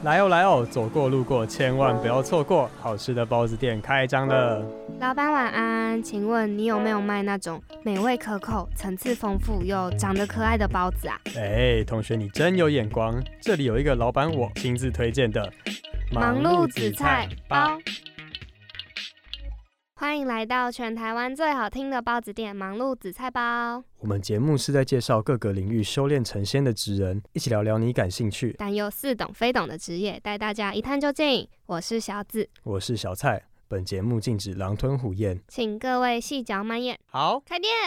来哦来哦，走过路过千万不要错过，好吃的包子店开张了。 老板晚安，请问你有没有卖那种美味可口、层次丰富又长得可爱的包子啊？ 同学你真有眼光，这里有一个老板我亲自推荐的忙碌紫菜包。欢迎来到全台湾最好听的包子店——忙碌紫菜包。 我们节目是在介绍各个领域修炼成仙的职人，一起聊聊你感兴趣但又似懂非懂的职业，带大家一探究竟。我是小紫， 我是小蔡。本节目禁止狼吞虎咽， 请各位细嚼慢咽。 好， 开店。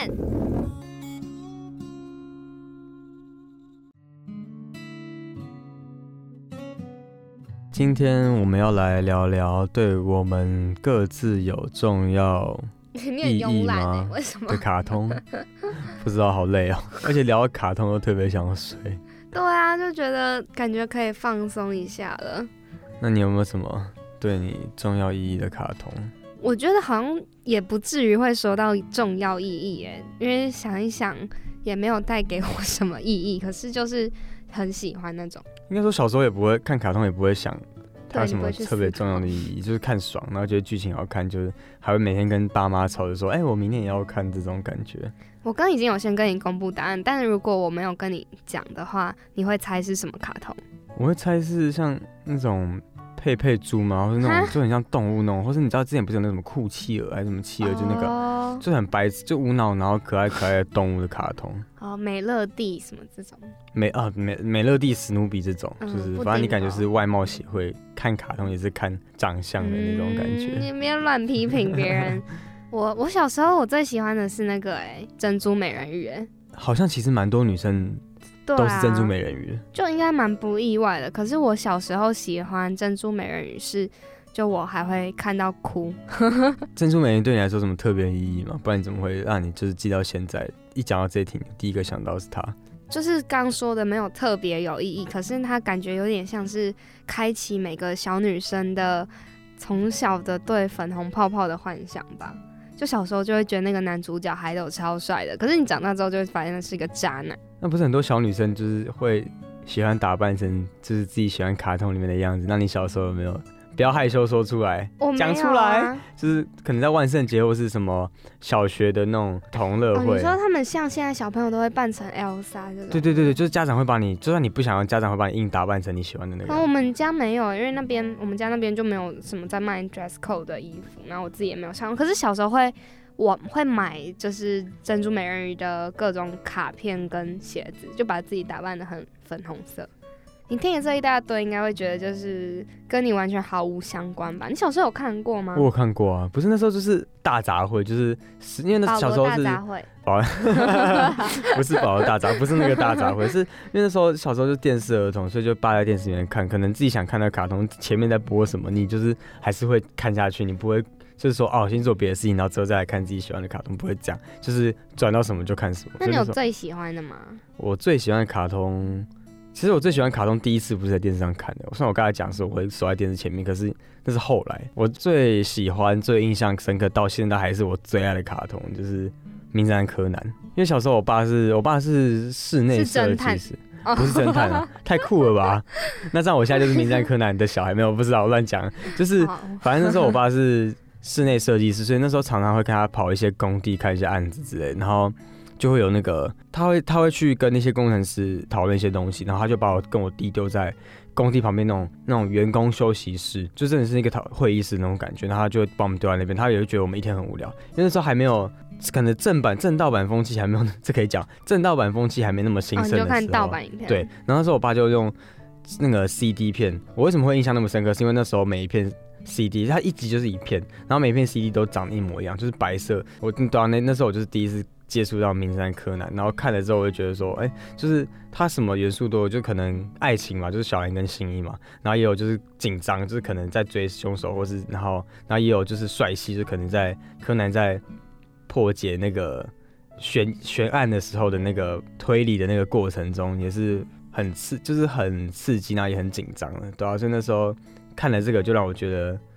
今天我们要来聊聊对我们各自有重要意义吗？ 为什么？ 的卡通，不知道，好累哦。而且聊到卡通都特别想睡。 对啊，就觉得感觉可以放松一下了。 那你有没有什么对你重要意义的卡通？ 我觉得好像也不至于会说到重要意义耶，因为想一想也没有带给我什么意义，可是就是很喜欢那种。 应该说小时候也不会看卡通，也不会想它有什么特别重要的意义，就是看爽，然后觉得剧情好看，就是还会每天跟爸妈吵着说，我明天也要看这种感觉。 我刚已经有先跟你公布答案，但是如果我没有跟你讲的话，你会猜是什么卡通？ 我会猜是像那种佩佩猪嘛，或是那种就很像动物那种，或是你知道之前不是有那种酷企鹅还是什么企鹅，就那个就很白痴，就无脑然后可爱可爱的动物的卡通。 美乐蒂什么这种， 美乐蒂、史努比这种，就是反正你感觉是外貌协会，看卡通也是看长相的那种感觉。 你别乱批评别人。我小时候我最喜欢的是那个珍珠美人鱼好像其实蛮多女生都是珍珠美人鱼的， 就应该蛮不意外的。可是我小时候喜欢珍珠美人鱼是，就我还会看到哭。 珍珠美人鱼对你来说有什么特别意义吗？不然你怎么会让你就是记到现在？一讲到这一题，第一个想到是它。 就是刚说的没有特别有意义，可是它感觉有点像是开启每个小女生的从小的对粉红泡泡的幻想吧。就小时候就会觉得那个男主角海斗超帅的，可是你长大之后就会发现他是一个渣男。 那不是很多小女生就是会喜欢打扮成就是自己喜欢卡通里面的样子？那你小时候有没有？不要害羞说出来，讲出来，就是可能在万圣节或是什么小学的那种同乐会。 你说他们像现在小朋友都会扮成 Elsa 这种？ 对，就是家长会把你，就算你不想要，家长会把你硬打扮成你喜欢的那个。 我们家没有，因为我们家那边就没有什么在卖 dress code 的衣服，然后我自己也没有上。可是小时候我会买就是珍珠美人鱼的各种卡片跟鞋子，就把自己打扮得很粉红色。你听了这一大堆，应该会觉得就是跟你完全毫无相关吧？你小时候有看过吗？ 我有看过啊，不是那时候就是大杂烩，就是因为那小时候是大杂烩， 不是宝宝大杂，不是那个大杂烩，是因为那时候小时候就电视儿童，所以就扒在电视里面看，可能自己想看的卡通前面在播什么，你就是还是会看下去，你不会就是说先做别的事情，然后之后再来看自己喜欢的卡通，不会这样，就是转到什么就看什么。 那你有最喜欢的吗？ 我最喜欢的卡通。其实我最喜欢卡通第一次不是在电视上看的，虽然我刚才讲是我会守在电视前面，可是那是后来。我最喜欢、最印象深刻到现在还是我最爱的卡通，就是《名侦探柯南》。因为小时候我爸是室内设计师，不是侦探啊，太酷了吧？那这样我现在就是《名侦探柯南》的小孩，没有，不知道，我乱讲。就是反正那时候我爸是室内设计师，所以那时候常常会跟他跑一些工地看一些案子之类的，然后就会有那个他会去跟那些工程师讨论一些东西，然后他就把我跟我弟丢在工地旁边那种员工休息室，就真的是一个会议室那种感觉，然后他就把我们丢在那边，他也会觉得我们一天很无聊，因为那时候还没有可能正盗版风气还没有，这可以讲，正盗版风气还没那么兴盛的时候， 你就看盗版影片。 对，然后那时候我爸就用那个 CD 片，我为什么会印象那么深刻？是因为那时候每一片 CD 它一集就是一片，然后每片 CD 都长得一模一样，就是白色。那时候我就是第一次接触到名侦探柯南，然后看了之后我就觉得说，就是他什么元素都有，就可能爱情嘛，就是小兰跟新一嘛，然后也有就是紧张，就是可能在追凶手，或是然后也有就是帅气，就可能在柯南在破解那个悬案的时候的那个推理的那个过程中，也是很刺激，然后也很紧张的，对啊，所以那时候看了这个就让我觉得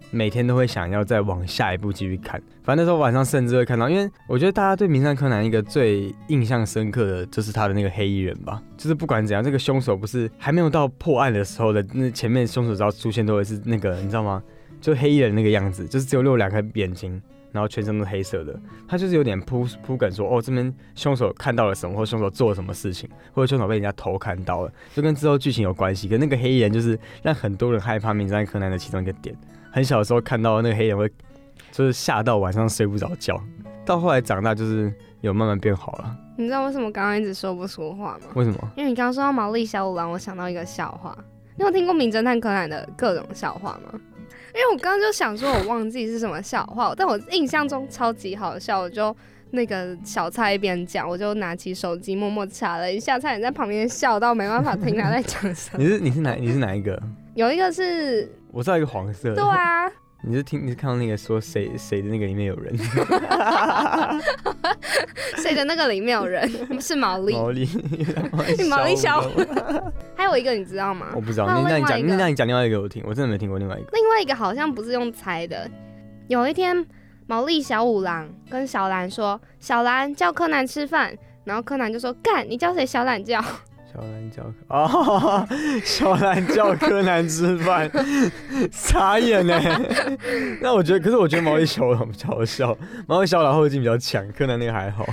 每天都会想要再往下一步继续看。反正那时候晚上甚至会看到，因为我觉得大家对名侦探柯南一个最印象深刻的就是他的那个黑衣人吧，就是不管怎样，这个凶手不是还没有到破案的时候的那前面凶手只要出现都会是那个你知道吗？就黑衣人那个样子，就是只有2颗眼睛。然后全身都是黑色的，他就是有点铺梗说，哦，这边凶手看到了什么，或凶手做了什么事情，或者凶手被人家偷看到了，就跟之后剧情有关系。可那个黑衣人就是让很多人害怕名侦探柯南的其中一个点。很小的时候看到那个黑人会，就是吓到晚上睡不着觉，到后来长大就是有慢慢变好了。 你知道为什么刚刚一直说不出话吗？ 为什么？ 因为你刚刚说到毛利小五郎，我想到一个笑话。你有听过名侦探柯南的各种笑话吗？因为我刚刚就想说，我忘记是什么笑话，但我印象中超级好笑，我就那个小蔡一边讲，我就拿起手机默默查了一下，差点在旁边笑到没办法听他在讲什么。 你是哪一个？ 有一个是， 我知道一个黄色的。 对啊。 你是看到那个说谁的那个里面有人？ 谁的那个里面有人？是毛利小五。还有一个你知道吗？ 我不知道。那你讲另外一个我听，我真的没听过另外一个。 另外一个好像不是用猜的。有一天，毛利小五郎跟小兰说：“小兰叫柯南吃饭。”然后柯南就说：“干，你叫谁小懒觉？”小兰叫柯南吃饭，傻眼呢。那我觉得，可是我觉得毛利小五郎比较好笑，毛利小五郎后劲比较强，柯南那个还好。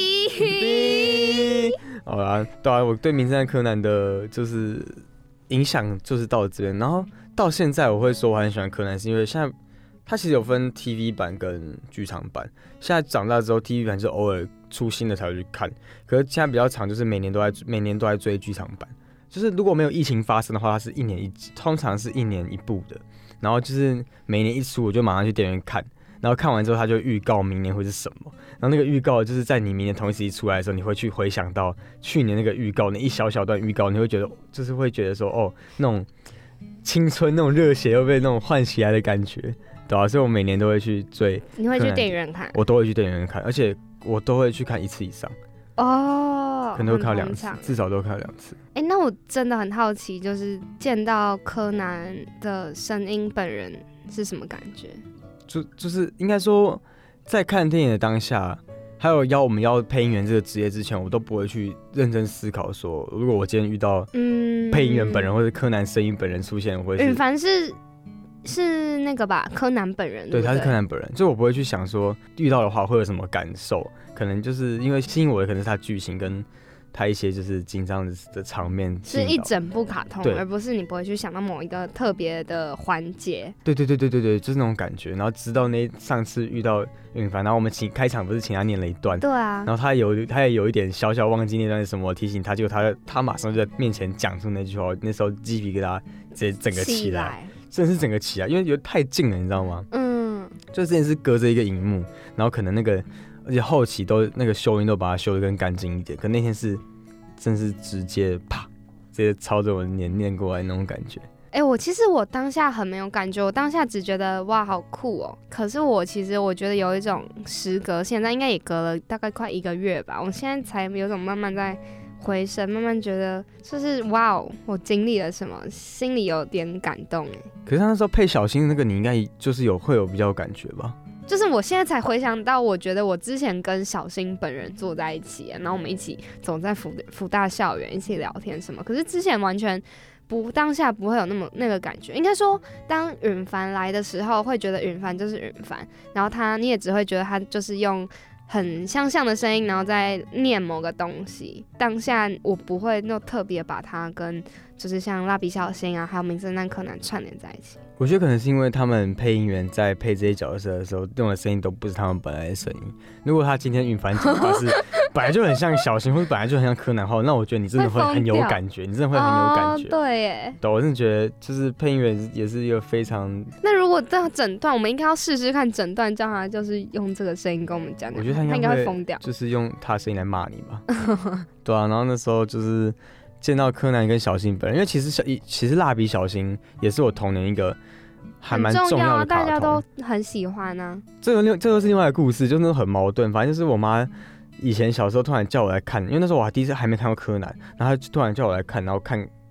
好啦，对啊，我对名侦探柯南的就是影响就是到这边，然后到现在我会说我很喜欢柯南，是因为现在它其实有分 TV 版跟剧场版。现在长大之后 ，TV 版就偶尔出新的才会去看，可是现在比较长，就是每年都在追剧场版。就是如果没有疫情发生的话，它是1年1集，通常是1年1部的。然后就是每年一出，我就马上去电影院看。然后看完之后，他就预告明年会是什么。然后那个预告就是在你明年同一时期出来的时候，你会去回想到去年那个预告，那一小段预告，你会觉得说，哦，那种青春、那种热血又被那种唤起来的感觉，对啊，所以我每年都会去追。你会去电影院看？ 我都会去电影院看，而且我都会去看1次以上。 哦， 可能都看2次，至少都看2次。 那我真的很好奇，就是见到柯南的声音本人是什么感觉？ 就是应该说，在看电影的当下，还有我们要配音员这个职业之前，我都不会去认真思考说，如果我今天遇到配音员本人或者柯南声音本人出现，我会是允凡是那个吧，柯南本人。 对，他是柯南本人，就我不会去想说遇到的话会有什么感受，可能就是因为吸引我的可能是他剧情跟他一些就是紧张的场面， 是一整部卡通，而不是你不会去想到某一个特别的环节。 对，就是那种感觉。然后直到上次遇到允凡，然后我们开场不是请他念了一段， 对啊， 然后他也有一点小小忘记那段是什么，提醒他，结果他马上就在面前讲出那句话，那时候鸡皮疙瘩直接整个起来，真的是整个起来，因为有太近了，你知道吗？就之前是隔着一个荧幕，然后可能那个。而且后期都那个修音都把它修得更干净一点，可那天是真是直接啪，直接朝着我的脸念过来那种感觉。 其实我当下很没有感觉，我当下只觉得哇好酷哦。可是我觉得有一种时隔，现在应该也隔了大概快1个月吧，我现在才有种慢慢在回神，慢慢觉得就是哇哦，我经历了什么，心里有点感动哎。 可是他那时候配小新那个，你应该就是会有比较有感觉吧？ 就是我现在才回想到，我觉得我之前跟小新本人坐在一起，然后我们一起走在福大校园，一起聊天什么。可是之前完全当下不会有那个感觉。应该说，当允凡来的时候，会觉得允凡就是允凡，然后你也只会觉得他就是用很相像的声音，然后再念某个东西。当下我不会特别把它跟就是像蜡笔小新啊，还有名侦探柯南串联在一起。 我觉得可能是因为他们配音员在配这些角色的时候用的声音都不是他们本来的声音。如果他今天允凡讲话是本来就很像小新，或者本来就很像柯南的话，那我觉得你真的会很有感觉，你真的会很有感觉。 对耶， 对，我真的觉得就是配音员也是一个非常…… 那如果到整段，我们应该要试试看整段，叫他就是用这个声音跟我们讲。 我觉得他应该会疯掉，就是用他的声音来骂你吧。对啊，然后那时候就是见到柯南跟小新本人，因为其实蜡笔小新也是我童年一个还蛮重要的卡通， 大家都很喜欢啊。 这个是另外的故事，就那种很矛盾。反正就是我妈以前小时候突然叫我来看，因为那时候我第一次还没看过柯南，然后她突然叫我来看，然后看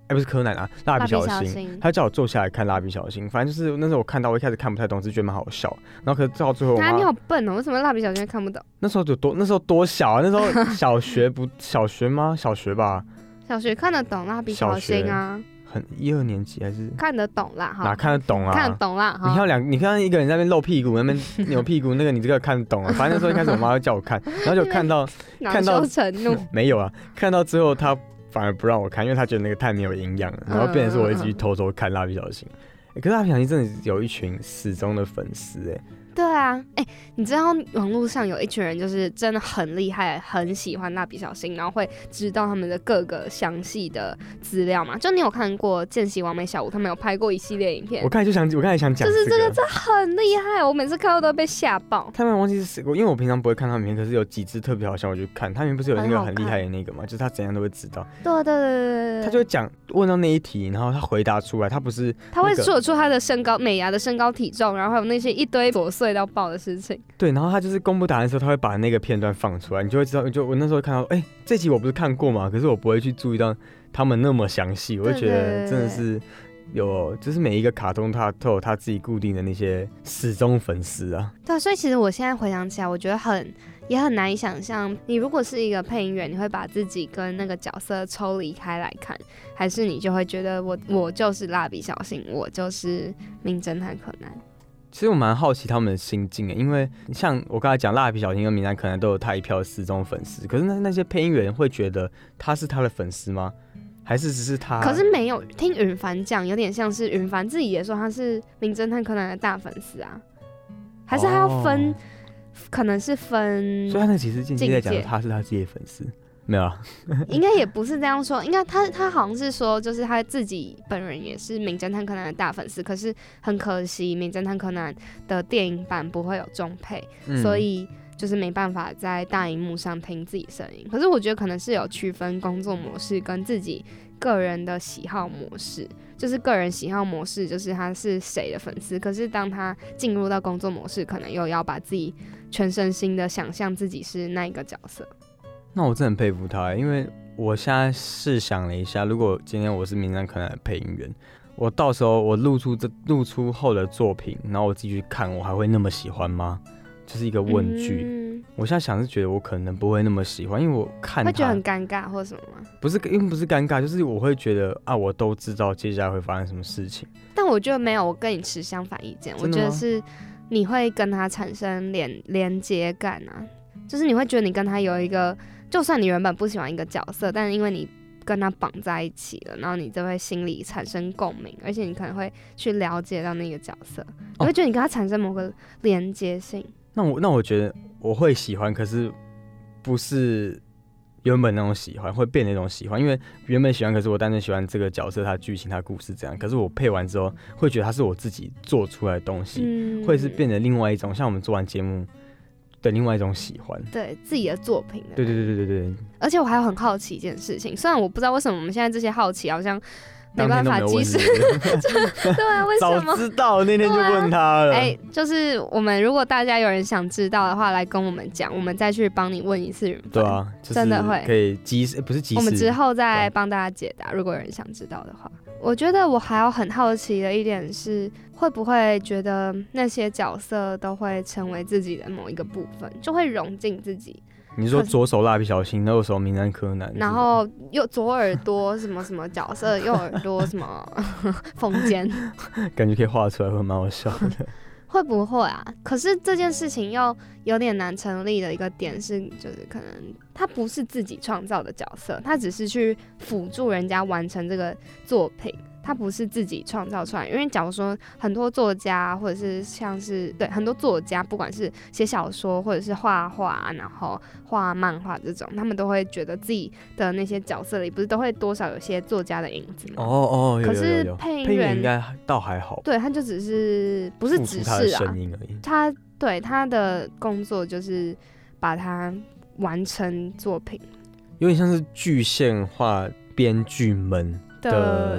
不是柯南啊，蜡笔小新，他叫我坐下来看蜡笔小新，反正就是那时候我看到我一开始看不太懂，只是觉得蛮好笑，然后可是到最后我妈， 你好笨哦，为什么蜡笔小新看不懂？ 那时候多小啊，那时候小学吗？小学吧， 小学看得懂蜡笔小新啊。 很1、2年级还是看得懂啦， 哪看得懂啊？ 看得懂啦。 你看一个人在那边露屁股，那边扭屁股，那个你这个看得懂啊？反正那时候一开始我妈会叫我看，然后就看到成怒没有啊，看到之后她反而不让我看，因为她觉得那个太没有营养了，然后变成是我一直去偷偷看蜡笔小新。可是蜡笔小新真的有一群死忠的粉丝对啊，你知道网络上有一群人就是真的很厉害，很喜欢蜡笔小新，然后会知道他们的各个详细的资料嘛？就你有看过见习完美小屋，他们有拍过一系列影片。 我刚才想讲， 就是这个真的很厉害，我每次看到都被吓爆。 他们忘记是谁，因为我平常不会看他们影片，可是有几支特别好笑，我就看。他们不是有那个很厉害的那个嘛？就是他怎样都会知道。 对， 他就会问到那一题，然后他回答出来，他不是他会说出他的身高、美牙的身高体重，然后还有那些一堆琐碎到爆的事情。 对，然后他就是公布答案的时候，他会把那个片段放出来，你就会知道。我那时候看到，这集我不是看过嘛，可是我不会去注意到他们那么详细，我就觉得真的是就是每一个卡通它都有他自己固定的那些死忠粉丝啊。 对，所以其实我现在回想起来，我觉得也很难以想象，你如果是一个配音员，你会把自己跟那个角色抽离开来看，还是你就会觉得我就是蜡笔小新，我就是名侦探柯南？ 其实我蛮好奇他们的心境因为像我刚才讲蜡笔小新跟名侦探柯南都有他一票死忠粉丝，可是那些配音员会觉得他是他的粉丝吗？还是只是他？可是没有听允凡讲，有点像是允凡自己也说他是名侦探柯南的大粉丝啊，还是他要分？可能是分， 所以他那其实间接在讲他是他自己的粉丝，没有啊？ 应该也不是这样说，应该他好像是说，就是他自己本人也是名侦探柯南的大粉丝，可是很可惜，名侦探柯南的电影版不会有中配，所以就是没办法在大荧幕上听自己声音。可是我觉得可能是有区分工作模式跟自己个人的喜好模式。就是个人喜好模式，就是他是谁的粉丝，可是当他进入到工作模式，可能又要把自己全身心的想象自己是那一个角色。 那我真的很佩服他，因为我现在试想了一下，如果今天我是名侦探柯南的配音员，我到时候我录出后的作品，然后我自己去看，我还会那么喜欢吗？就是一个问句。我现在想是觉得我可能不会那么喜欢，因为我看他会觉得很尴尬或什么吗？ 不是，因为不是尴尬，就是我会觉得我都知道接下来会发生什么事情。 但我觉得没有，我跟你持相反意见。我觉得是你会跟他产生连接感啊，就是你会觉得你跟他有一个，就算你原本不喜欢一个角色，但是因为你跟他绑在一起了，然后你就会心里产生共鸣，而且你可能会去了解到那个角色，你会觉得你跟他产生某个连接性。 那我觉得我会喜欢，可是不是原本那种喜欢，会变那种喜欢。因为原本喜欢，可是我单纯喜欢这个角色，他的剧情、他的故事这样。可是我配完之后，会觉得他是我自己做出来的东西，会是变得另外一种，像我们做完节目的另外一种喜欢， 对自己的作品的。 对。 而且我还很好奇一件事情，虽然我不知道为什么我们现在这些好奇好像没办法及时，对啊，为什么？ 早知道那天就问他了。 就是我们如果大家有人想知道的话，来跟我们讲，我们再去帮你问一次云帆。 对啊， 真的会可以及时，不是及时， 我们之后再帮大家解答。如果有人想知道的话，我觉得我还要很好奇的一点是，会不会觉得那些角色都会成为自己的某一个部分，就会融进自己。 你说左手蜡笔小新，右手名侦探柯南， 然后又左耳朵什么什么角色，右耳朵什么风间， 感觉可以画出来，会蛮好笑的。 会不会啊？可是这件事情又有点难成立的一个点是，就是可能他不是自己创造的角色，他只是去辅助人家完成这个作品。他不是自己创造出来，因为假如说很多作家或者是像是很多作家，不管是写小说或者是画画，然后画漫画这种，他们都会觉得自己的那些角色里不是都会多少有些作家的影子吗？ 有。 可是配音员应该倒还好， 对，他就只是不是只是啊， 声音而已。 他对他的工作就是把它完成作品， 有点像是具现化编剧们的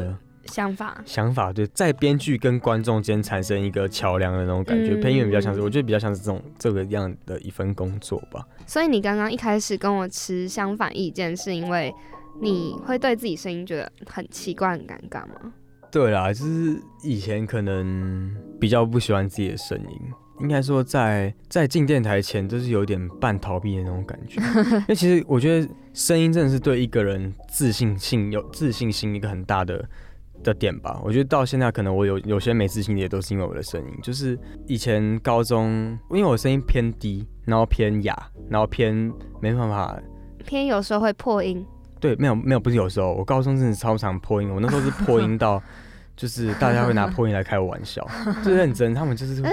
想法，对，在编剧跟观众间产生一个桥梁的那种感觉。配音员比较像是，我觉得比较像是这个样的一份工作吧。 所以你刚刚一开始跟我持相反意见，是因为你会对自己声音觉得很奇怪、很尴尬吗？ 对啦，就是以前可能比较不喜欢自己的声音，应该说在进电台前，就是有点半逃避的那种感觉。因为其实我觉得声音真的是对一个人自信心一个很大的点吧。我觉得到现在可能我有些没自信也都是因为我的声音。就是以前高中，因为我声音偏低，然后偏哑，然后偏没办法， 偏有时候会破音。 对，没有，不是有时候，我高中真的超常破音，我那时候是破音到，就是大家会拿破音来开我玩笑，就认真，他们就是什么，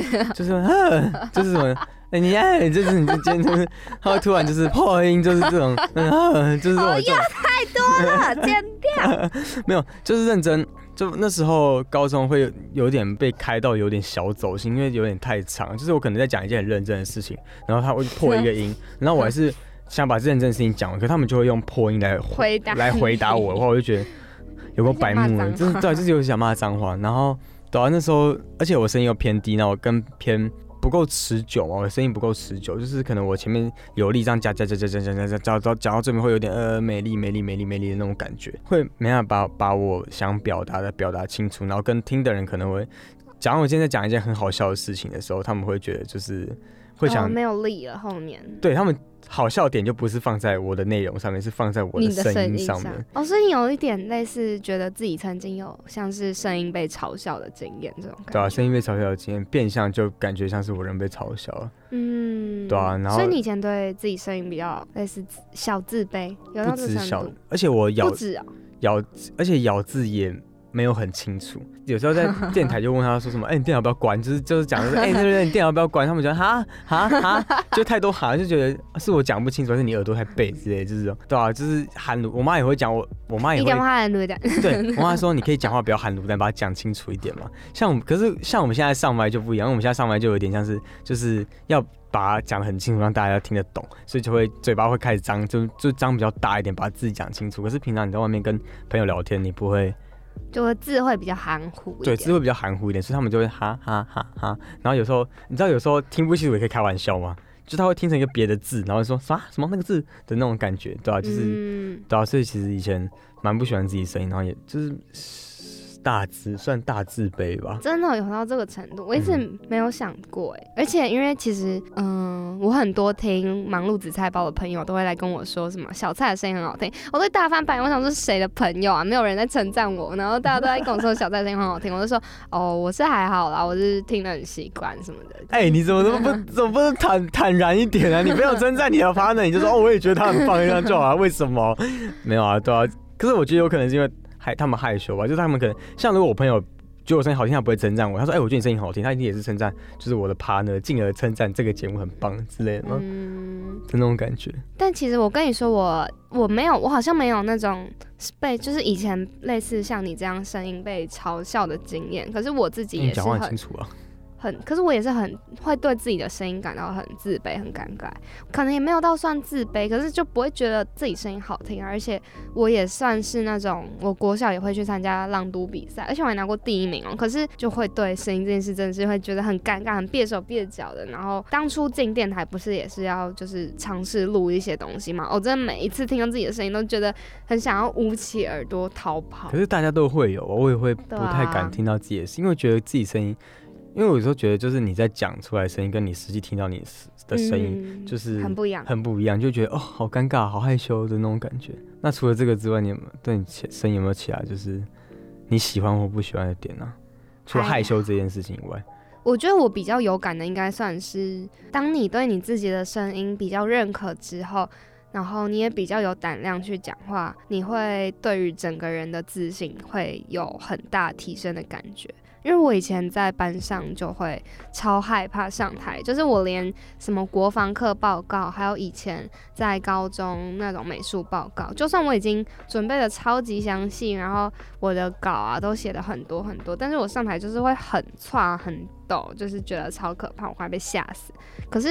就是你今天就是，他会突然就是破音，就是这种，就是我这种，太多了，剪掉， 没有，就是认真。就那时候高中会有点被开到有点小走心，因为有点太长，就是我可能在讲一件很认真的事情，然后他会破一个音，然后我还是想把认真的事情讲完，可是他们就会用破音来回答我的话，我就觉得有个白目人，就是对，就是有想骂脏话。然后对啊，那时候而且我声音又偏低，然后我跟偏不够持久嘛，我的声音不够持久，就是可能我前面有力这样讲到这边会有点美丽的那种感觉，会没办法把我想表达的表达清楚，然后跟听的人可能会，假如我今天在讲一件很好笑的事情的时候，他们会觉得就是会想没有力了后面， 对他们。好笑点就不是放在我的内容上面，是放在我的声音上面。 所以你有一点类似觉得自己曾经有像是声音被嘲笑的经验这种感觉。 对啊，声音被嘲笑的经验，变相就感觉像是我人被嘲笑了。对啊，然后所以你以前对自己声音比较类似小自卑，有到这程度？ 而且我不止啊， 而且咬字也没有很清楚，有时候在电台就问他说什么，你电脑不要关，就是讲说，对，你电脑不要关，他们觉得哈，就太多哈，就觉得是我讲不清楚，还是你耳朵太背之类，就是这种，对啊，就是含卤，我妈也会讲我妈也会， 你讲话含卤的， 对，我妈说你可以讲话不要含卤，但把它讲清楚一点嘛。可是像我们现在上麦就不一样，因为我们现在上麦就有点像是就是要把它讲得很清楚，让大家听得懂，所以就会嘴巴会开始张，就张比较大一点，把自己讲清楚。可是平常你在外面跟朋友聊天，你不会。 就会字会比较含糊一点， 对，字会比较含糊一点，所以他们就会哈哈哈哈。然后有时候你知道，有时候听不清楚也可以开玩笑吗？就他会听成一个别的字，然后说啥什么那个字的那种感觉，对吧？就是对啊，所以其实以前蛮不喜欢自己声音，然后也就是算大自卑吧。 真的有到这个程度，我一直没有想过哎。而且因为其实我很多听忙碌紫菜包的朋友都会来跟我说什么小蔡的声音很好听，我都大翻白眼，我想说是谁的朋友啊？没有人在称赞我，然后大家都在跟我说小蔡的声音很好听，我就说我是还好啦，我是听得很习惯什么的。 你怎么不能坦然一点啊？你不要称赞你的 partner， 你就说我也觉得他很棒，这样就好啊？为什么？没有啊，对啊。可是我觉得有可能是因为他们害羞吧，就是他们可能像如果我朋友觉得我声音好听，他不会称赞我，他说我觉得你声音好听，他一定也是称赞，就是我的 partner， 进而称赞这个节目很棒之类的吗？就那种感觉。 但其实我跟你说，我没有，我好像没有那种就是以前类似像你这样声音被嘲笑的经验，可是我自己也是讲话很清楚啊。 可是我也是很会对自己的声音感到很自卑、很尴尬，可能也没有到算自卑，可是就不会觉得自己声音好听，而且我也算是那种，我国小也会去参加朗读比赛，而且我还拿过第1名可是就会对声音这件事真的是会觉得很尴尬、很蹩手蹩脚的。然后当初进电台不是也是要就是尝试录一些东西嘛，我真的每一次听到自己的声音都觉得很想要捂起耳朵逃跑。 可是大家都会有，我也会不太敢听到自己的声音，因为觉得自己声音。因为我有时候觉得，就是你在讲出来的声音，跟你实际听到你的声音，就是很不一样， 就觉得好尴尬、好害羞的那种感觉。那除了这个之外，你对你声音有没有其他就是你喜欢或不喜欢的点呢？除了害羞这件事情以外， 我觉得我比较有感的应该算是，当你对你自己的声音比较认可之后，然后你也比较有胆量去讲话，你会对于整个人的自信会有很大提升的感觉。因为我以前在班上就会超害怕上台，就是我连什么国防课报告，还有以前在高中那种美术报告，就算我已经准备的超级详细，然后我的稿啊都写的很多很多，但是我上台就是会很挫很抖，就是觉得超可怕，我快被吓死。可是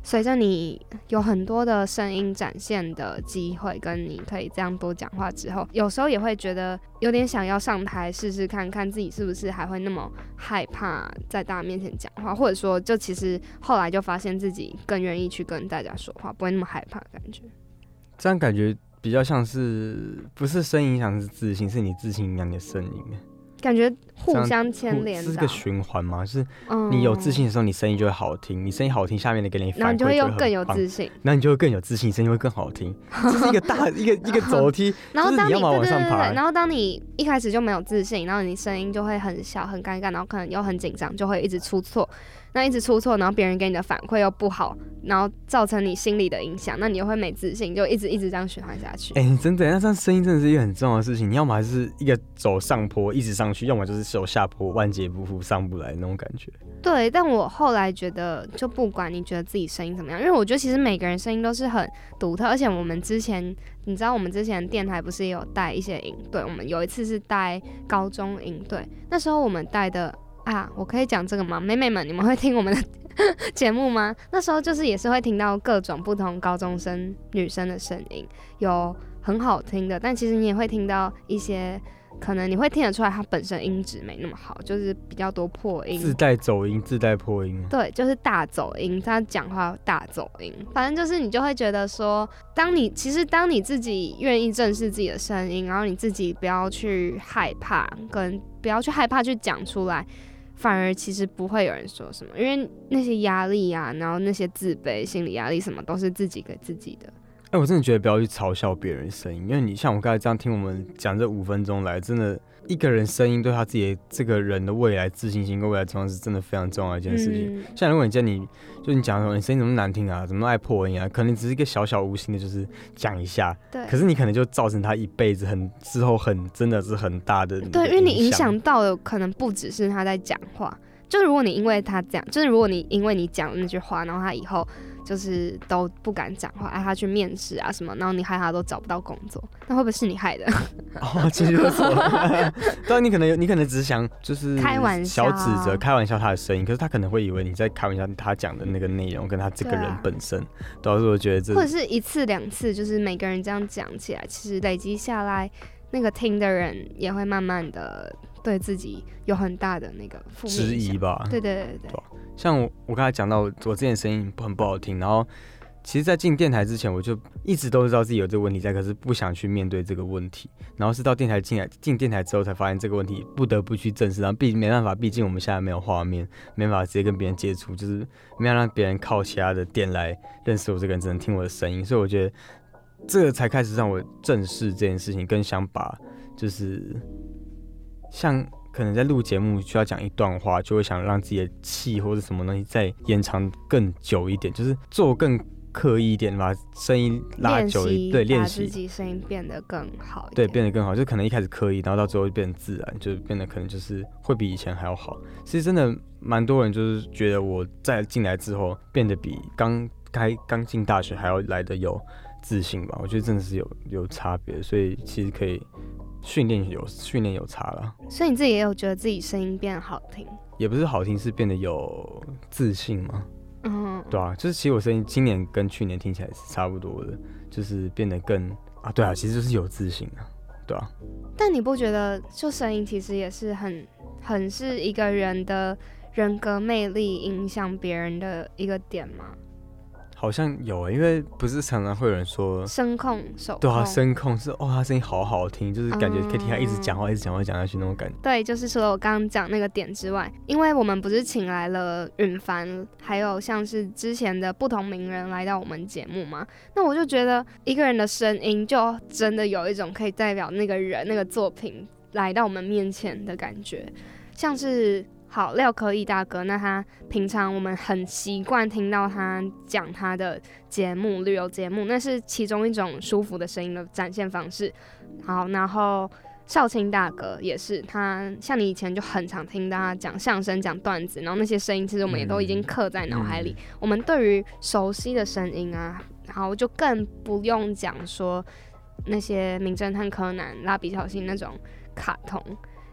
随着你有很多的声音展现的机会，跟你可以这样多讲话之后，有时候也会觉得有点想要上台试试看，看自己是不是还会那么害怕在大家面前讲话，或者说就其实后来就发现自己更愿意去跟大家说话，不会那么害怕的感觉。 这样感觉比较像是不是声音影响是自信，是你自信影响你的声音。 感觉互相牵连的， 是个循环吗？就是你有自信的时候，你声音就会好听，你声音好听，下面的给你反馈， 然后你就会又更有自信， 然后你就会更有自信，声音会更好听，这是一个大一个走梯， 然后当你要往上爬， 对，然后当你一开始就没有自信，然后你声音就会很小很尴尬，然后可能又很紧张，就会一直出错。那一直出错，然后别人给你的反馈又不好，然后造成你心理的影响，那你又会没自信，就一直这样循环下去。 你真的，那这样声音真的是一个很重要的事情。你要么还是一个走上坡一直上去，要么就是走下坡万劫不复上不来那种感觉。 对，但我后来觉得，就不管你觉得自己声音怎么样，因为我觉得其实每个人声音都是很独特，而且我们之前，你知道我们之前电台不是也有带一些营队，我们有一次是带高中营队，那时候我们带的。我可以讲这个吗？妹妹们，你们会听我们的节目吗？那时候就是也是会听到各种不同高中生女生的声音，有很好听的，但其实你也会听到一些可能你会听得出来她本身音质没那么好，就是比较多破音， 自带走音，自带破音。 对，就是大走音，她讲话大走音，反正就是你就会觉得说，当你自己愿意正视自己的声音，然后你自己不要去害怕，跟不要去害怕去讲出来。反而其实不会有人说什么，因为那些压力啊，然后那些自卑、心理压力什么，都是自己给自己的。 我真的觉得不要去嘲笑别人的声音，因为你像我刚才这样听我们讲这5分钟来，真的一个人声音对他自己的这个人的未来自信心跟未来状况是真的非常重要的一件事情。像如果你讲说你声音怎么难听啊，怎么爱破音啊，可能只是一个小小无心的，就是讲一下， 对。 可是你可能就造成他一辈子之后真的是很大的对，因为你影响到的可能不只是他在讲话，就是如果你因为他这样，就是如果你因为你讲那句话，然后他以后就是都不敢讲话，他去面试啊什么，然后你害他都找不到工作，那会不会是你害的？ 其实就是对，你可能只是想就是开玩笑， 小指责开玩笑他的声音，可是他可能会以为你在开玩笑他讲的那个内容跟他这个人本身，导致我觉得或者是1次2次，就是每个人这样讲起来，其实累积下来，那个听的人也会慢慢的对自己有很大的那个负面质疑吧。 对。 像我刚才讲到我之前声音很不好听，然后其实在进电台之前我就一直都知道自己有这个问题在，可是不想去面对这个问题，然后是到进电台之后才发现这个问题不得不去正视，然后没办法，毕竟我们现在没有画面，没办法直接跟别人接触，就是没有让别人靠其他的点来认识我这个人，只能听我的声音，所以我觉得这个才开始让我正视这件事情，跟想把就是像可能在录节目需要讲一段话，就会想让自己的气或者什么东西再延长更久一点，就是做更刻意一点，把声音拉久一点，对，练习把自己声音变得更好一点， 对，变得更好，就可能一开始刻意，然后到最后就变得自然，就变得可能就是会比以前还要好。其实真的蛮多人就是觉得我在进来之后变得比刚进大学还要来得有自信吧，我觉得真的是有差别，所以其实可以训练有差啦。 所以你自己也有觉得自己声音变好听？也不是好听，是变得有自信吗？对啊，就是其实我声音今年跟去年听起来是差不多的，就是变得更对啊，其实就是有自信啊，对啊。 但你不觉得就声音其实也是很是一个人的人格魅力影响别人的一个点吗？ 好像有因为不是常常会有人说声控手控， 对啊，声控是他声音好好听，就是感觉可以听他一直讲话讲下去那种感觉。 对，就是除了我刚刚讲那个点之外，因为我们不是请来了允凡，还有像是之前的不同名人来到我们节目嘛，那我就觉得一个人的声音就真的有一种可以代表那个人那个作品来到我们面前的感觉，像是好，廖科义大哥，那他平常我们很习惯听到他讲他的节目，旅游节目，那是其中一种舒服的声音的展现方式。好，然后少卿大哥也是，他像你以前就很常听到他讲相声、讲段子，然后那些声音其实我们也都已经刻在脑海里。我们对于熟悉的声音啊，然后就更不用讲说那些名侦探柯南、蜡笔小新那种卡通。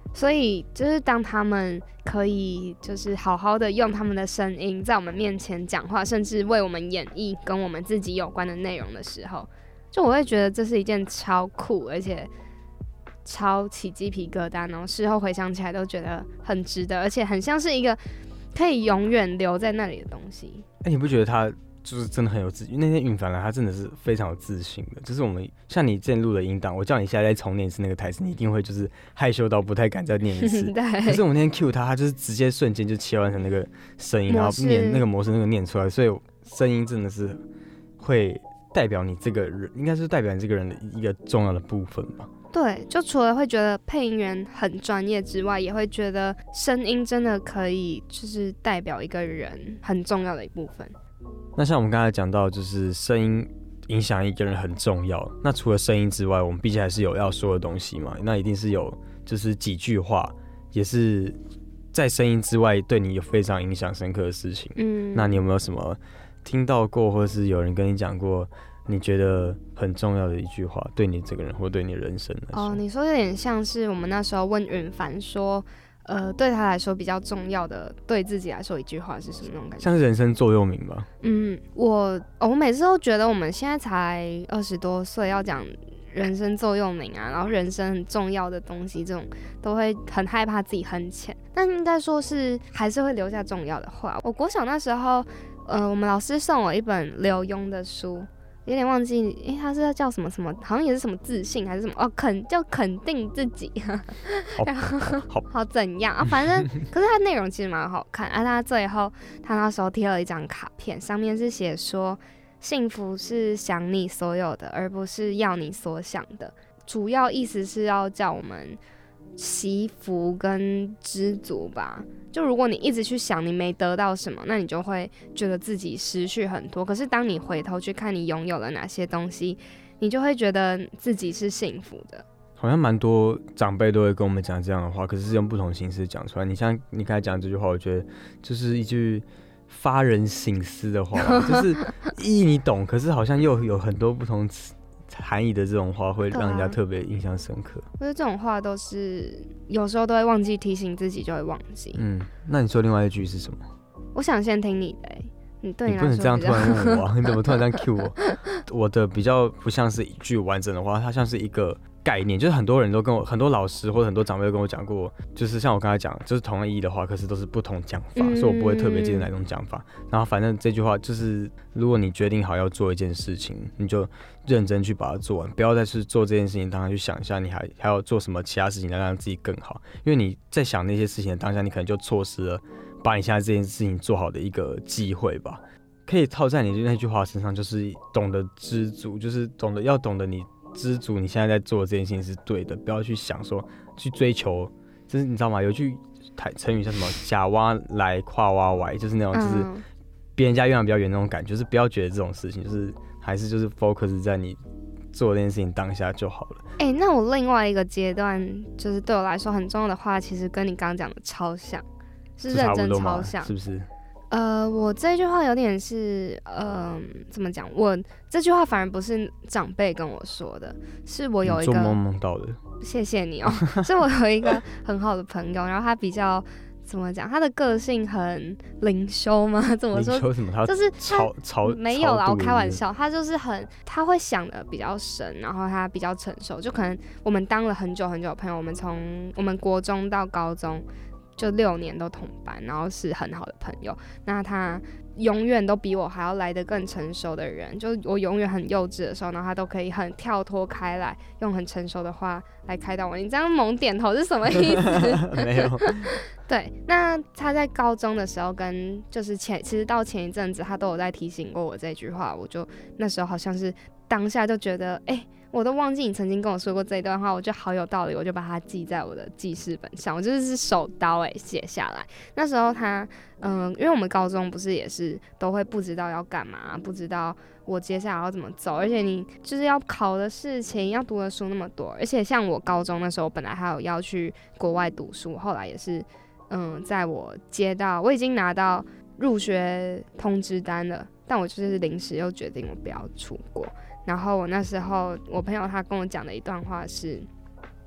所以就是当他们可以就是好好的用他们的声音在我们面前讲话，甚至为我们演绎跟我们自己有关的内容的时候，就我会觉得这是一件超酷而且超起鸡皮疙瘩，然后事后回想起来都觉得很值得，而且很像是一个可以永远留在那里的东西。 你不觉得他就是真的很有自信？那天允凡来，他真的是非常有自信的。就是我们像你之前录的音档，我叫你现在再重念一次那个台词，你一定会就是害羞到不太敢再念一次。 对。 可是我那天 cue 他，他就是直接瞬间就切换成那个声音，然后念那个模式那个念出来，所以声音真的是会代表你这个人，应该是代表你这个人的一个重要的部分吧。 对，就除了会觉得配音员很专业之外，也会觉得声音真的可以就是代表一个人很重要的一部分。 那像我们刚才讲到，就是声音影响一个人很重要。那除了声音之外，我们毕竟还是有要说的东西嘛。那一定是有，就是几句话，也是在声音之外对你有非常影响深刻的事情。那你有没有什么听到过，或是有人跟你讲过？你觉得很重要的一句话，对你这个人或对你的人生来说？ 你说有点像是我们那时候问允凡说，对他来说比较重要的，对自己来说一句话是什么那种感觉？ 像是人生座右铭吧。 我每次都觉得我们现在才20多岁，要讲人生座右铭啊，然后人生很重要的东西，这种都会很害怕自己很浅。但应该说是还是会留下重要的话。我国小那时候，我们老师送我一本刘墉的书。有点忘记，他是叫什么什么，好像也是什么自信还是什么肯定自己，然后好怎样啊？反正可是它内容其实蛮好看啊。他最后他那时候贴了一张卡片，上面是写说，幸福是想你所有的，而不是要你所想的。主要意思是要叫我们惜福跟知足吧。就如果你一直去想你没得到什么，那你就会觉得自己失去很多。可是当你回头去看你拥有了哪些东西，你就会觉得自己是幸福的。 好像蛮多长辈都会跟我们讲这样的话，可是用不同形式讲出来。你像你刚才讲这句话，我觉得就是一句发人省思的话，就是意义你懂，可是好像又有很多不同含义的这种话，会让人家特别印象深刻。 我觉得这种话都是有时候都会忘记提醒自己，就会忘记。 那你说另外一句是什么？ 我想先听你的。你对你来说不能这样突然问我啊！你怎么突然这样 cue 我？我的比较不像是一句完整的话，它像是一个概念，就是很多人都跟我，很多老师或者很多长辈都跟我讲过，就是像我刚才讲，就是同样意义的话，可是都是不同讲法，所以我不会特别记得哪种讲法。然后反正这句话就是，如果你决定好要做一件事情，你就认真去把它做完，不要再去做这件事情当下去想一下，你还要做什么其他事情来让自己更好，因为你在想那些事情的当下，你可能就错失了把你现在这件事情做好的一个机会吧。可以套在你那句话身上，就是懂得知足，就是懂得你知足，你现在在做的这件事情是对的，不要去想说去追求，就是你知道吗？有句成语叫什么“假蛙来跨蛙歪”，就是那种就是别人家月亮比较圆那种感觉，就是不要觉得这种事情就是还是就是 focus 在你做这件事情当下就好了。 那我另外一个阶段就是对我来说很重要的话，其实跟你刚刚讲的超像，是认真超像， 是不是？ 我这句话有点是，怎么讲？我这句话反而不是长辈跟我说的，是我有一个做梦梦到的。谢谢你哦，是我有一个很好的朋友，然后他比较怎么讲？他的个性很灵修吗？怎么说？ 灵修什么？他就是超没有啦，我开玩笑。他就是他会想的比较深，然后他比较成熟。就可能我们当了很久很久的朋友，我们从我们国中到高中。就6年都同班，然后是很好的朋友。那他永远都比我还要来得更成熟的人，就我永远很幼稚的时候，然后他都可以很跳脱开来，用很成熟的话来开导我。你这样猛点头是什么意思？ 没有。 对，那他在高中的时候跟就是其实到前一阵子他都有在提醒过我这句话，我就那时候好像是当下就觉得我都忘记你曾经跟我说过这一段话，我觉得好有道理，我就把它记在我的记事本上，我就是手刀写下来。那时候他因为我们高中不是也是都会不知道要干嘛，不知道我接下来要怎么走，而且你就是要考的事情，要读的书那么多，而且像我高中那时候本来还有要去国外读书，后来也是在我我已经拿到入学通知单了，但我就是临时又决定我不要出国。然后我那时候我朋友他跟我讲的一段话是，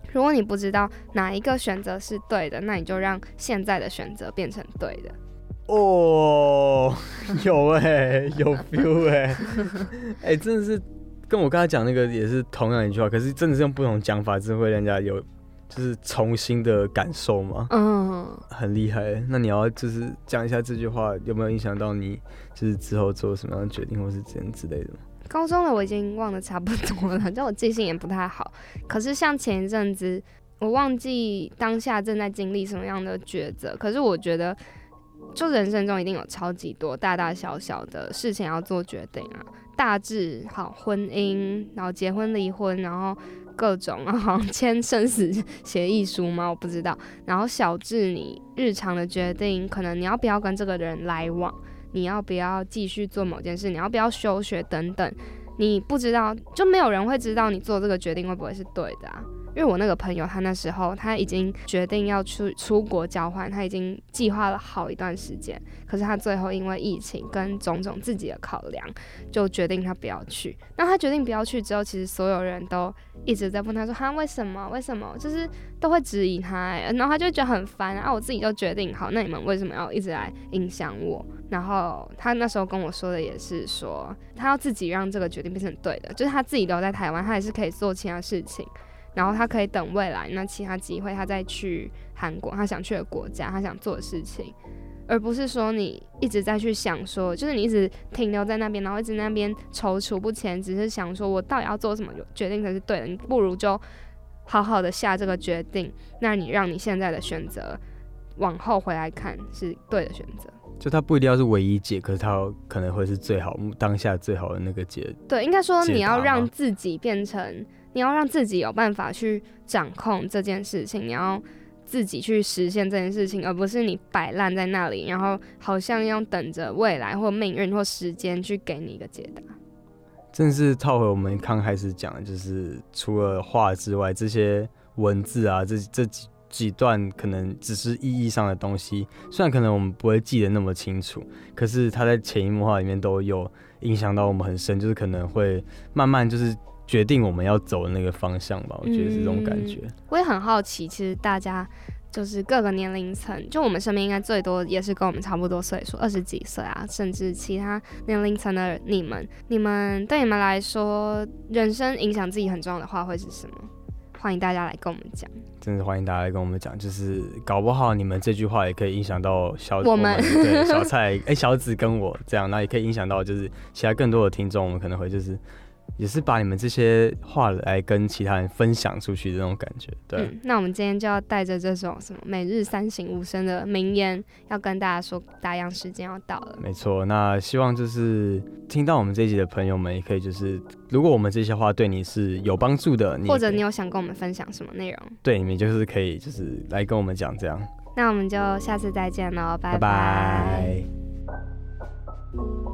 如果你不知道哪一个选择是对的，那你就让现在的选择变成对的。 哦，有有 feel 真的是跟我刚才讲那个也是同样一句话，可是真的是用不同讲法，真的会让人家有就是重新的感受嘛。很厉害。那你要就是讲一下这句话有没有影响到你，就是之后做什么样的决定，或是之类的吗？ 高中的我已经忘得差不多了，就我记性也不太好。可是像前一阵子，我忘记当下正在经历什么样的抉择。可是我觉得，就人生中一定有超级多大大小小的事情要做决定啊。大致好婚姻，然后结婚离婚，然后各种，然后好像签生死协议书吗？我不知道。然后小至你日常的决定，可能你要不要跟这个人来往。你要不要继续做某件事？你要不要休学等等？你不知道，就没有人会知道你做这个决定会不会是对的啊。因为我那个朋友，他那时候他已经决定要出国交换，他已经计划了好一段时间，可是他最后因为疫情跟种种自己的考量，就决定他不要去。那他决定不要去之后，其实所有人都一直在问他说：“哈，为什么？为什么？”就是都会质疑他，然后他就觉得很烦啊！我自己就决定好，那你们为什么要一直来影响我？然后他那时候跟我说的也是说，他要自己让这个决定变成对的，就是他自己留在台湾，他也是可以做其他事情。然后他可以等未来那其他机会，他再去韩国，他想去的国家，他想做的事情，而不是说你一直在去想说，就是你一直停留在那边，然后一直在那边踌躇不前，只是想说我到底要做什么决定才是对的。你不如就好好的下这个决定，那你让你现在的选择往后回来看是对的选择。 就它不一定要是唯一解，可是它可能会是最好当下最好的那个解。 对，应该说你要让自己变成。你要让自己有办法去掌控这件事情，你要自己去实现这件事情，而不是你摆烂在那里，然后好像要等着未来或命运或时间去给你一个解答。 真的是套回我们刚开始讲的，就是除了画之外，这些文字啊，这几段可能只是意义上的东西，虽然可能我们不会记得那么清楚，可是它在潜移默化里面都有影响到我们很深，就是可能会慢慢就是决定我们要走的那个方向吧，我觉得是这种感觉。 我也很好奇，其实大家就是各个年龄层，就我们身边应该最多也是跟我们差不多岁数，20几岁啊，甚至其他年龄层的你们对你们来说，人生影响自己很重要的话会是什么？欢迎大家来跟我们讲。真的欢迎大家来跟我们讲，就是搞不好你们这句话也可以影响到我们对小蔡小子跟我这样，那也可以影响到就是其他更多的听众，我们可能会就是也是把你们这些话来跟其他人分享出去的那种感觉。对， 那我们今天就要带着这种什么每日3省吾身的名言，要跟大家说打烊时间要到了。 没错，那希望就是听到我们这一集的朋友们，也可以就是如果我们这些话对你是有帮助的， 或者你有想跟我们分享什么内容， 对，你们就是可以就是来跟我们讲这样。 那我们就下次再见喽，拜拜。 拜拜。